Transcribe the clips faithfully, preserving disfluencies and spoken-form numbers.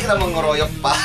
kita mengeroyok Pak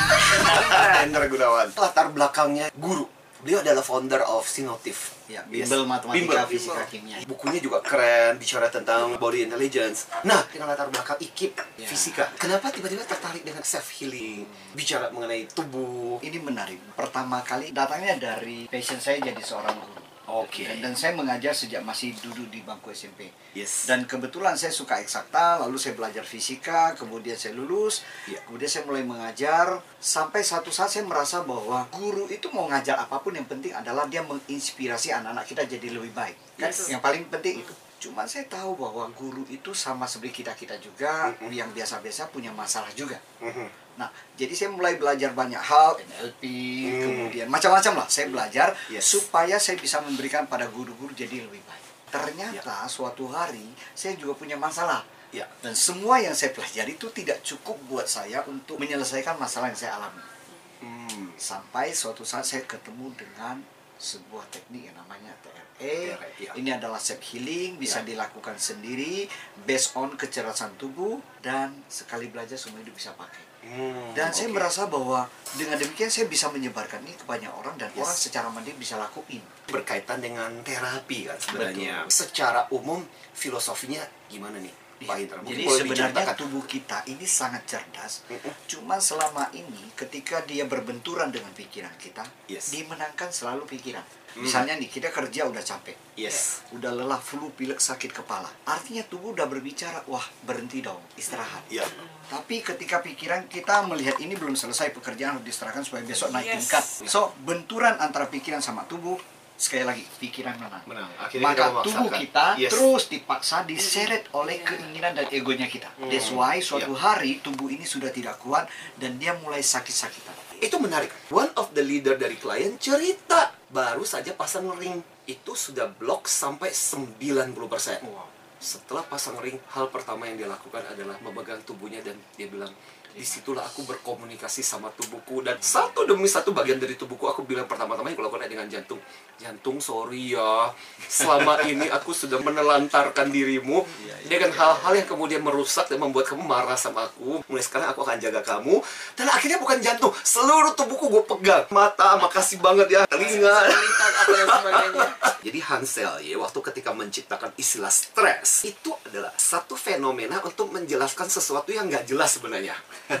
Hendra Gunawan. Latar belakangnya guru. Beliau adalah founder of Sinotif. Ya, bimbel matematika, fisika, kimia. Bukunya juga keren, bicara tentang body intelligence. Nah, dengan latar belakang I K I P, ya. fisika. Kenapa tiba-tiba tertarik dengan self healing? Bicara mengenai tubuh. Ini menarik. Pertama kali datangnya dari passion saya jadi seorang guru. Oke. Dan, dan saya mengajar sejak masih duduk di bangku S M P. Yes. Dan kebetulan saya suka eksakta, lalu saya belajar fisika, kemudian saya lulus, Yeah. kemudian saya mulai mengajar, sampai satu saat saya merasa bahwa guru itu mau ngajar apapun, yang penting adalah dia menginspirasi anak-anak kita jadi lebih baik. Kan? Yes. Yang paling penting itu. Cuma saya tahu bahwa guru itu sama seperti kita-kita juga, Mm-hmm. yang biasa-biasa punya masalah juga. Mhm. Nah, jadi saya mulai belajar banyak hal, N L P, Hmm. kemudian macam-macam lah. Saya belajar Yes. supaya saya bisa memberikan pada guru-guru jadi lebih baik. Ternyata suatu hari saya juga punya masalah. Ya. Dan semua yang saya pelajari itu tidak cukup buat saya untuk menyelesaikan masalah yang saya alami. Hmm. Sampai suatu saat saya ketemu dengan sebuah teknik yang namanya T R E. T R E, ya. Ini adalah self healing, bisa Ya. dilakukan sendiri, based on kecerdasan tubuh, dan sekali belajar semua itu bisa pakai. Hmm, Dan saya oke. merasa bahwa dengan demikian saya bisa menyebarkan ini ke banyak orang, dan Yes. orang secara mandiri bisa lakuin. Berkaitan dengan terapi kan sebenarnya. Secara umum filosofinya gimana nih Pak Hendra? Mungkin Jadi boleh sebenarnya diceritakan. tubuh kita ini sangat cerdas. Mm-mm. Cuma selama ini ketika dia berbenturan dengan pikiran kita, Yes. dimenangkan selalu pikiran. Mm. Misalnya nih, kita kerja udah capek. Yes. Udah lelah, flu, pilek, sakit kepala. Artinya tubuh udah berbicara, wah berhenti dong, istirahat. Ya. Tapi ketika pikiran kita melihat ini belum selesai, pekerjaan harus diserahkan supaya besok naik Yes. tingkat. So, benturan antara pikiran sama tubuh, sekali lagi, pikiran menang. Menang. Akhirnya Maka kita tubuh memaksakan. kita Yes. terus dipaksa, diseret Iya. oleh keinginan dan egonya kita. Hmm. That's why suatu Iya. hari tubuh ini sudah tidak kuat dan dia mulai sakit-sakitan. Itu menarik. One of the leader dari klien cerita baru saja pasang ring itu sudah blok sampai sembilan puluh persen. Wow. Setelah pasang ring, hal pertama yang dia lakukan adalah memegang tubuhnya dan dia bilang, disitulah aku berkomunikasi sama tubuhku. Dan satu demi satu bagian dari tubuhku aku bilang pertama-tama yang kulakukan dengan jantung. Jantung, sorry ya, selama ini aku sudah menelantarkan dirimu Iya, iya, dengan iya. hal-hal yang kemudian merusak dan membuat kamu marah sama aku. Mulai sekarang aku akan jaga kamu. Dan akhirnya bukan jantung, seluruh tubuhku gue pegang. Mata, makasih banget ya, telinga. apa dan sebagainya. Jadi Hansel ya, waktu ketika menciptakan istilah stres, itu adalah satu fenomena untuk menjelaskan sesuatu yang nggak jelas sebenarnya.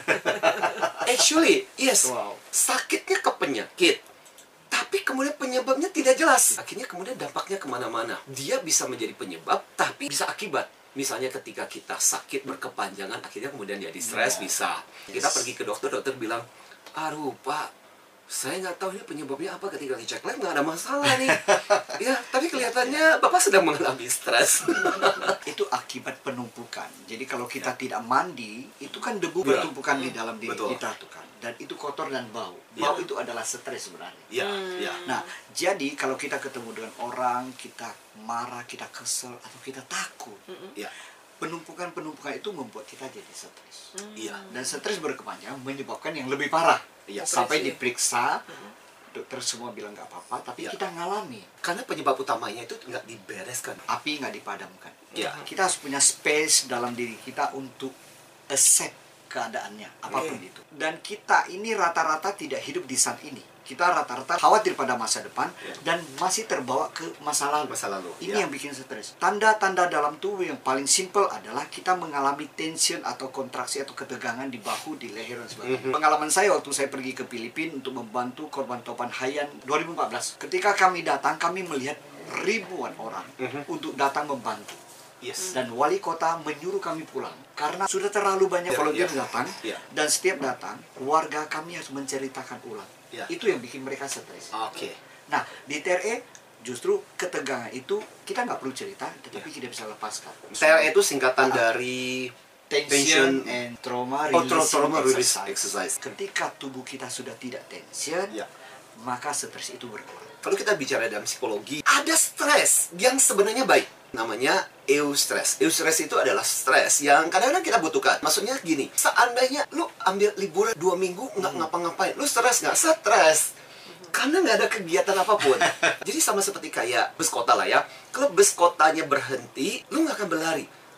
Actually, yes, Wow. sakitnya ke penyakit, tapi kemudian penyebabnya tidak jelas. Akhirnya kemudian dampaknya kemana-mana. Dia bisa menjadi penyebab, tapi bisa akibat. Misalnya ketika kita sakit berkepanjangan, akhirnya kemudian jadi stres, Yeah. bisa. Kita Yes. pergi ke dokter, dokter bilang, aduh Pak, saya nggak tahu ini penyebabnya apa, ketika dicek lab nggak ada masalah nih. Ya, tapi kelihatannya Bapak sedang mengalami stres. Itu akibat penumpukan. Jadi kalau kita tidak mandi, itu kan debu Ya. bertumpukan di dalam diri Betul. kita tuh kan. Dan itu kotor dan bau. Ya. Bau itu adalah stres sebenarnya. Ya, Hmm. ya. Nah, jadi kalau kita ketemu dengan orang, kita marah, kita kesel, atau kita takut, Ya, penumpukan-penumpukan itu membuat kita jadi stres. iya. Dan stres berkepanjangan menyebabkan yang lebih parah. Iya, Sampai stres, iya. diperiksa, dokter semua bilang nggak apa-apa, tapi Ya. kita ngalami. Karena penyebab utamanya itu nggak dibereskan. Api nggak dipadamkan. Ya. Kita harus punya space dalam diri kita untuk accept keadaannya, apapun Oke. itu. Dan kita ini rata-rata tidak hidup di saat ini. Kita rata-rata khawatir pada masa depan Ya. dan masih terbawa ke masa lalu. Masa lalu, Ini ya. yang bikin stres. Tanda-tanda dalam tubuh yang paling simple adalah kita mengalami tension atau kontraksi atau ketegangan di bahu, di leher dan sebagainya. Mhm. Pengalaman saya waktu saya pergi ke Filipina untuk membantu korban topan Haiyan dua ribu empat belas. Ketika kami datang, kami melihat ribuan orang Mhm. untuk datang membantu. Yes. Dan wali kota menyuruh kami pulang karena sudah terlalu banyak Ya, volunteer ya. datang, Ya. dan setiap datang warga kami harus menceritakan ulang. Ya. Itu yang bikin mereka stres. Oke. Nah, di T R E justru ketegangan itu kita nggak perlu cerita, tetapi Ya. kita bisa lepaskan. T R E itu singkatan Ah. dari Tension tension and trauma Oh, releasing tra- trauma release exercise. exercise. Ketika tubuh kita sudah tidak tension, Ya. maka stres itu berkurang. Kalau kita bicara dalam psikologi, ada stres yang sebenarnya baik. Namanya eustress. Eustress itu adalah stres yang kadang-kadang kita butuhkan. Maksudnya gini, seandainya lu ambil liburan dua minggu nggak ngapa-ngapain, lu stres nggak? Stres. Karena nggak ada kegiatan apapun. Jadi sama seperti kayak bus kota lah ya. Kalau bus kotanya berhenti, lu nggak akan berlari.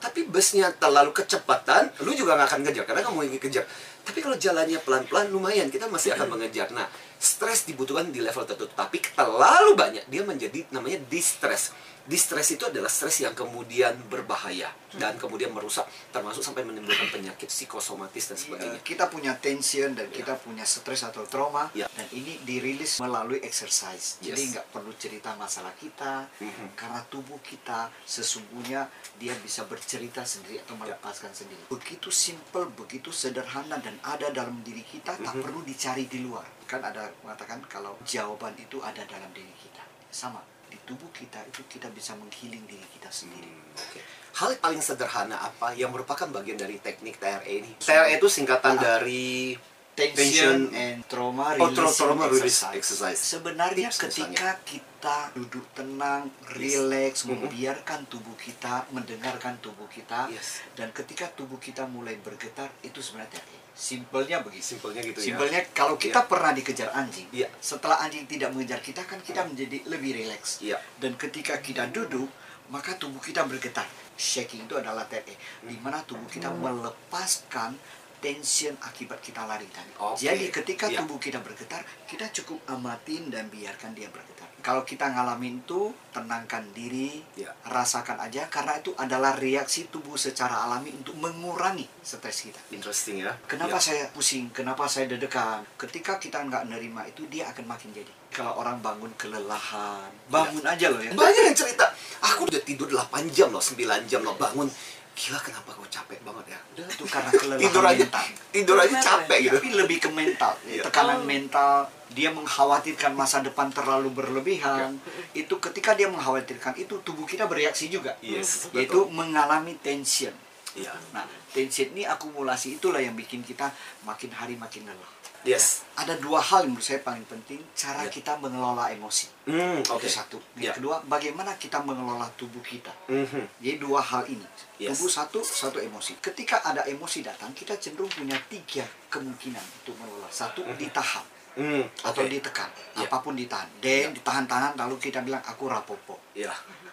Tapi busnya terlalu kecepatan, lu juga nggak akan ngejar karena kamu ingin kejar. Tapi kalau jalannya pelan-pelan, lumayan kita masih akan mengejar. Nah, stres dibutuhkan di level tertentu, tapi terlalu banyak dia menjadi namanya distress. Distress itu adalah stres yang kemudian berbahaya dan kemudian merusak, termasuk sampai menimbulkan penyakit psikosomatis dan sebagainya. Kita punya tension dan kita punya stres atau trauma, Ya. dan ini dirilis melalui exercise. Jadi Yes. nggak perlu cerita masalah kita, Mhm. karena tubuh kita sesungguhnya dia bisa bercerita sendiri atau melepaskan sendiri. Begitu simple, begitu sederhana dan ada dalam diri kita, tak Mhm. perlu dicari di luar. Kan ada mengatakan kalau jawaban itu ada dalam diri kita. Sama di tubuh kita itu kita bisa menghealing diri kita sendiri. Hmm, oke. Hal paling sederhana apa yang merupakan bagian dari teknik T R E ini? T R E itu singkatan Ah. dari Tension, Tension. and trauma Oh, releasing trauma release exercise. exercise. Sebenarnya Tips ketika kita duduk tenang, relax, membiarkan tubuh kita, mendengarkan tubuh kita, Yes. dan ketika tubuh kita mulai bergetar, itu sebenarnya T R E. Simpelnya begitu. Simpelnya gitu ya. Simpelnya kalau kita pernah dikejar anjing, Iya. setelah anjing tidak mengejar kita kan kita menjadi lebih rileks. Iya. Dan ketika kita duduk, maka tubuh kita bergetar. Shaking itu adalah T R E, di mana tubuh kita melepaskan tension akibat kita lari tadi. Oke. Jadi ketika Iya. tubuh kita bergetar, kita cukup amatin dan biarkan dia bergetar. Kalau kita ngalamin itu, tenangkan diri, Iya. rasakan aja, karena itu adalah reaksi tubuh secara alami untuk mengurangi stres kita. Interesting ya. Kenapa Ya. saya pusing? Kenapa saya deg-degan? Ketika kita nggak nerima itu, dia akan makin jadi. Kalau orang bangun kelelahan, bangun aja loh ya. Banyak yang cerita, aku udah tidur delapan jam loh, sembilan jam loh, bangun. Gila, kenapa gue capek banget ya? Udah, Itu karena kelelahan tidur aja, mental. tidur aja capek gitu. Tapi lebih ke mental, Iya. tekanan Oh. mental. Dia mengkhawatirkan masa depan terlalu berlebihan. Itu ketika dia mengkhawatirkan itu, tubuh kita bereaksi juga. Yes, Yaitu betul. mengalami tension. Iya. Nah, tension ini akumulasi itulah yang bikin kita makin hari makin lelah. Yes. Ada dua hal yang menurut saya paling penting, cara Ya. kita mengelola emosi. Hmm, Itu oke. satu. Ya. Yang kedua, bagaimana kita mengelola tubuh kita. Mhm. Jadi dua hal ini. Yes. Tubuh satu, satu emosi. Ketika ada emosi datang, kita cenderung punya tiga kemungkinan untuk mengelola. Satu, ditahan Hmm, atau oke. ditekan. Ya. Apapun ditahan. Dan ditahan-tahan lalu kita bilang aku rapopo. Ya.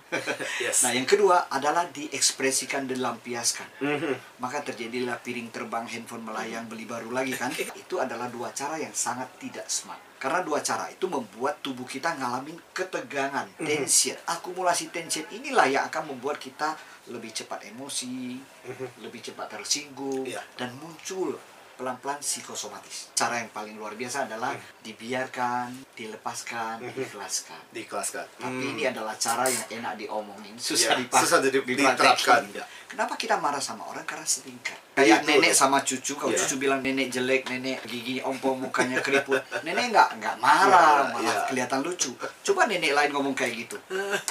Yes. Nah, yang kedua adalah diekspresikan dan lampiaskan. Mhm. Maka terjadilah piring terbang, handphone melayang, beli baru lagi kan. Itu adalah dua cara yang sangat tidak smart. Karena dua cara itu membuat tubuh kita ngalamin ketegangan, tension. Akumulasi tension inilah yang akan membuat kita lebih cepat emosi, lebih cepat tersinggung, Iya. dan muncul pelan-pelan psikosomatis. Cara yang paling luar biasa adalah dibiarkan, dilepaskan, diikhlaskan. Diikhlaskan. Tapi Hmm. ini adalah cara yang enak diomongin, susah Ya, dipas- susah di- dipraktekin. diterapkan. Ya. Kenapa kita marah sama orang? Karena setingkat. Kayak Betul. nenek sama cucu, kalau Ya. cucu bilang nenek jelek, nenek gigi ompong mukanya keriput, nenek nggak nggak marah, Ya, malah ya. kelihatan lucu. Coba nenek lain ngomong kayak gitu.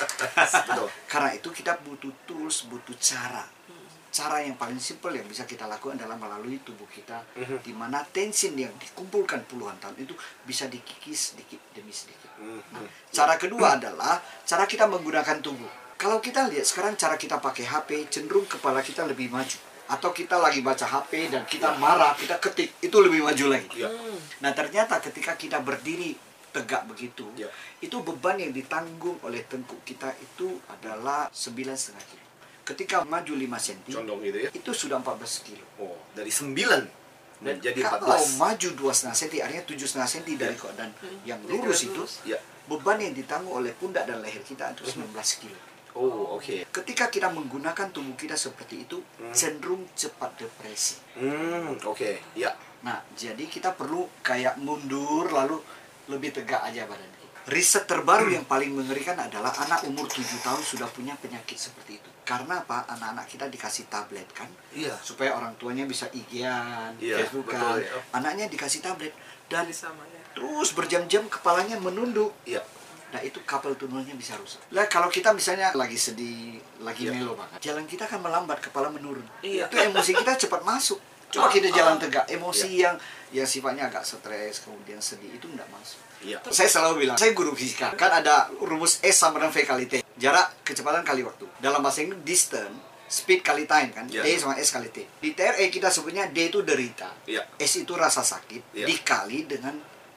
Betul. Karena itu kita butuh tools, butuh cara. Cara yang paling simpel yang bisa kita lakukan adalah melalui tubuh kita, Mhm. di mana tension yang dikumpulkan puluhan tahun itu bisa dikikis sedikit demi sedikit. Mhm. Nah, cara kedua adalah cara kita menggunakan tubuh. Kalau kita lihat sekarang cara kita pakai H P, cenderung kepala kita lebih maju. Atau kita lagi baca H P dan kita marah, kita ketik, itu lebih maju lagi. Ya. Nah, ternyata ketika kita berdiri tegak begitu, Ya. itu beban yang ditanggung oleh tengkuk kita itu adalah sembilan koma lima kilo. Ketika maju lima sentimeter, Condong gitu ya. itu sudah empat belas kilo. Oh, dari sembilan Dan menjadi empat kalau belas. maju dua koma lima sentimeter, artinya tujuh koma lima sentimeter dari kok dan yang lurus itu, Ya. beban yang ditanggung oleh pundak dan leher kita itu sembilan belas kilo. Oh, oke. Ketika kita menggunakan tubuh kita seperti itu, cenderung cepat depresi. Hmm, oke. Ya. Nah, jadi kita perlu kayak mundur lalu lebih tegak aja badan kita. Riset terbaru yang paling mengerikan adalah anak umur tujuh tahun sudah punya penyakit seperti itu. Karena apa? Anak-anak kita dikasih tablet kan, Iya. supaya orang tuanya bisa I G-an, Iya, Facebookan. betul, ya. Anaknya dikasih tablet dan Jadi sama ya. terus berjam-jam kepalanya menunduk. Iya. Nah, itu kapal tunnelnya bisa rusak. Lah kalau kita misalnya lagi sedih, lagi Iya. melo banget, jalan kita akan melambat, kepala menurun. Iya. Itu emosi kita cepat masuk. Coba Ah, kita jalan ah. tegak, emosi yang yang sifatnya agak stres, kemudian sedih itu enggak masuk. Iya. Saya selalu bilang, saya guru fisika, kan ada rumus S sama dengan V kali T. Jarak, kecepatan kali waktu. Dalam bahasa Inggris, distance, speed kali time kan. Iya. D sama S kali T. Di T R E kita sebutnya D itu derita. Iya. S itu rasa sakit, Iya. dikali dengan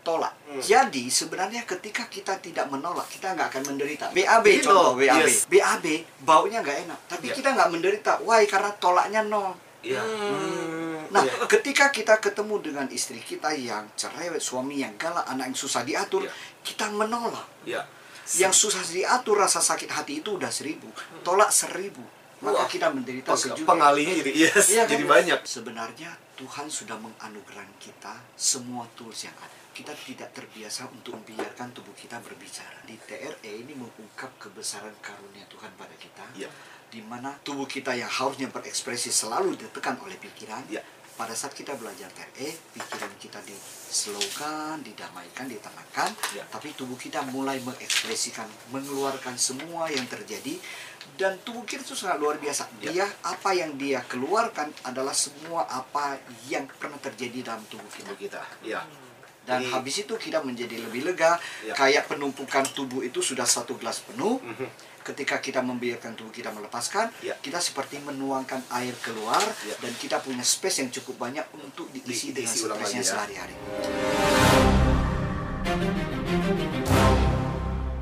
tolak. Hmm. Jadi sebenarnya ketika kita tidak menolak, kita nggak akan menderita. B A B Gitu. contoh B A B. Yes. B A B baunya nggak enak, tapi Ya. kita nggak menderita. Why? Karena tolaknya nol. Iya. Nah, Iya. ketika kita ketemu dengan istri kita yang cerewet, suami yang galak, anak yang susah diatur, Ya. kita menolak. Iya. Yang susah diatur, rasa sakit hati itu udah seribu, tolak seribu, maka Wah. kita menderita Peng- sejuta. Pengalinya jadi yes, Iya kan? jadi banyak. Sebenarnya Tuhan sudah menganugerahkan kita semua tools yang ada. Kita tidak terbiasa untuk membiarkan tubuh kita berbicara. Di T R E ini mengungkap kebesaran karunia Tuhan pada kita, Iya. di mana tubuh kita yang harusnya berekspresi selalu ditekan oleh pikiran. Iya. Pada saat kita belajar T R E, pikiran kita dislowkan, didamaikan, ditenangkan, Ya. tapi tubuh kita mulai mengekspresikan, mengeluarkan semua yang terjadi, dan tubuh kita itu sangat luar biasa. Ya. Dia, apa yang dia keluarkan adalah semua apa yang pernah terjadi dalam tubuh kita. Tubuh kita. Iya. Dan Jadi- habis itu kita menjadi lebih lega, Ya. kayak penumpukan tubuh itu sudah satu gelas penuh. Mhm. Ketika kita membiarkan tubuh kita melepaskan, Ya. kita seperti menuangkan air keluar, Ya. dan kita punya space yang cukup banyak untuk diisi Di- dengan diisi ulang stresnya lagi ya. sehari-hari.